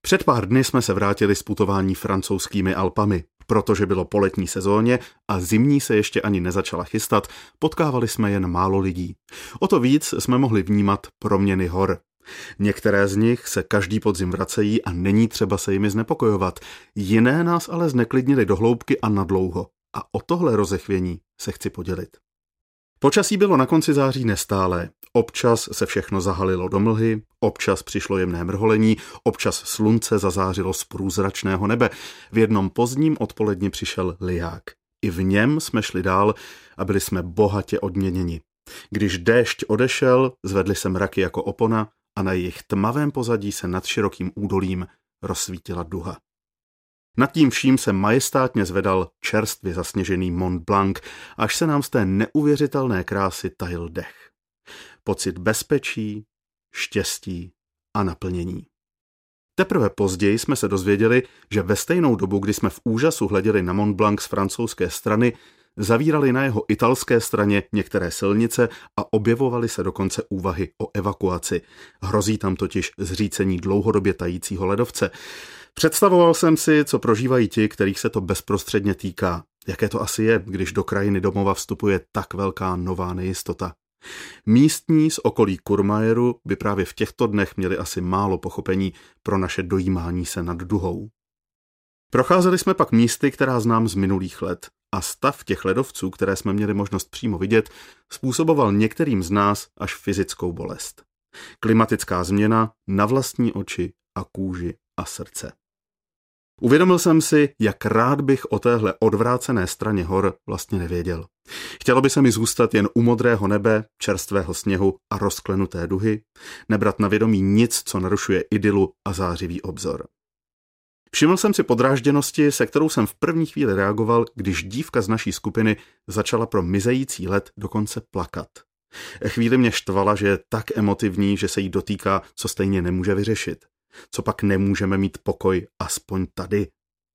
Před pár dny jsme se vrátili z putování francouzskými Alpami. Protože bylo po letní sezóně a zimní se ještě ani nezačala chystat, potkávali jsme jen málo lidí. O to víc jsme mohli vnímat proměny hor. Některé z nich se každý podzim vracejí a není třeba se jimi znepokojovat. Jiné nás ale zneklidnily do hloubky a nadlouho. A o tohle rozechvění se chci podělit. Počasí bylo na konci září nestálé. Občas se všechno zahalilo do mlhy, občas přišlo jemné mrholení, občas slunce zazářilo z průzračného nebe. V jednom pozdním odpoledni přišel liják. I v něm jsme šli dál a byli jsme bohatě odměněni. Když déšť odešel, zvedly se mraky jako opona a na jejich tmavém pozadí se nad širokým údolím rozsvítila duha. Nad tím vším se majestátně zvedal čerstvě zasněžený Mont Blanc, až se nám z té neuvěřitelné krásy tajil dech. Pocit bezpečí, štěstí a naplnění. Teprve později jsme se dozvěděli, že ve stejnou dobu, kdy jsme v úžasu hleděli na Mont Blanc z francouzské strany, zavírali na jeho italské straně některé silnice a objevovaly se dokonce úvahy o evakuaci. Hrozí tam totiž zřícení dlouhodobě tajícího ledovce. Představoval jsem si, co prožívají ti, kterých se to bezprostředně týká. Jaké to asi je, když do krajiny domova vstupuje tak velká nová nejistota. Místní z okolí Courmayeru by právě v těchto dnech měli asi málo pochopení pro naše dojímání se nad duhou. Procházeli jsme pak místy, která znám z minulých let a stav těch ledovců, které jsme měli možnost přímo vidět, způsoboval některým z nás až fyzickou bolest. Klimatická změna na vlastní oči a kůži a srdce. Uvědomil jsem si, jak rád bych o téhle odvrácené straně hor vlastně nevěděl. Chtělo by se mi zůstat jen u modrého nebe, čerstvého sněhu a rozklenuté duhy, nebrat na vědomí nic, co narušuje idylu a zářivý obzor. Všiml jsem si podrážděnosti, se kterou jsem v první chvíli reagoval, když dívka z naší skupiny začala pro mizející led dokonce plakat. Chvíli mě štvala, že je tak emotivní, že se jí dotýká, co stejně nemůže vyřešit. Co pak nemůžeme mít pokoj aspoň tady?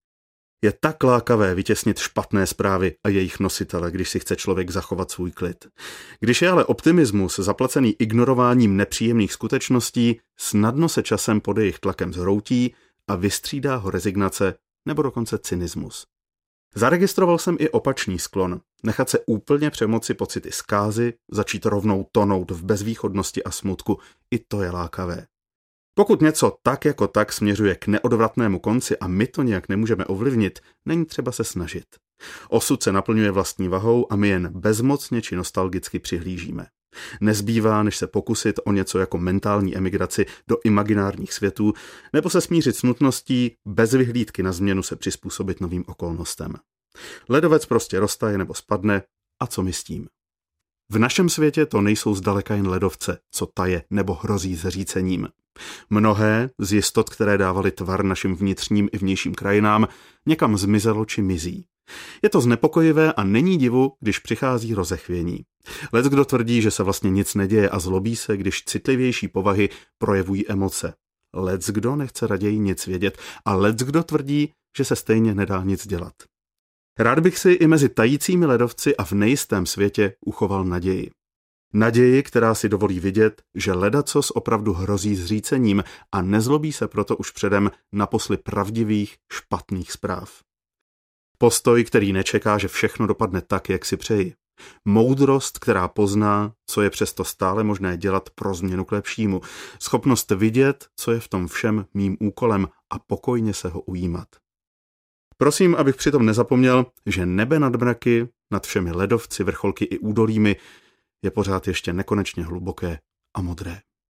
Je tak lákavé vytěsnit špatné zprávy a jejich nositele, když si chce člověk zachovat svůj klid. Když je ale optimismus zaplacený ignorováním nepříjemných skutečností, snadno se časem pod jejich tlakem zhroutí a vystřídá ho rezignace nebo dokonce cynismus. Zaregistroval jsem i opačný sklon, nechat se úplně přemoci pocity zkázy, začít rovnou tonout v bezvýchodnosti a smutku, i to je lákavé. Pokud něco tak jako tak směřuje k neodvratnému konci a my to nějak nemůžeme ovlivnit, není třeba se snažit. Osud se naplňuje vlastní vahou a my jen bezmocně či nostalgicky přihlížíme. Nezbývá, než se pokusit o něco jako mentální emigraci do imaginárních světů, nebo se smířit s nutností bez vyhlídky na změnu se přizpůsobit novým okolnostem. Ledovec prostě roztaje nebo spadne a co my s tím? V našem světě to nejsou zdaleka jen ledovce, co taje nebo hrozí zřícením. Mnohé z jistot, které dávaly tvar našim vnitřním i vnějším krajinám, někam zmizelo či mizí. Je to znepokojivé a není divu, když přichází rozechvění. Leckdo tvrdí, že se vlastně nic neděje a zlobí se, když citlivější povahy projevují emoce. Leckdo nechce raději nic vědět a leckdo tvrdí, že se stejně nedá nic dělat. Rád bych si i mezi tajícími ledovci a v nejistém světě uchoval naději. Naději, která si dovolí vidět, že ledacos opravdu hrozí zřícením a nezlobí se proto už předem na posly pravdivých, špatných zpráv. Postoj, který nečeká, že všechno dopadne tak, jak si přeji. Moudrost, která pozná, co je přesto stále možné dělat pro změnu k lepšímu. Schopnost vidět, co je v tom všem mým úkolem a pokojně se ho ujímat. Prosím, abych přitom nezapomněl, že nebe nad mraky, nad všemi ledovci, vrcholky i údolími je pořád ještě nekonečně hluboké a modré.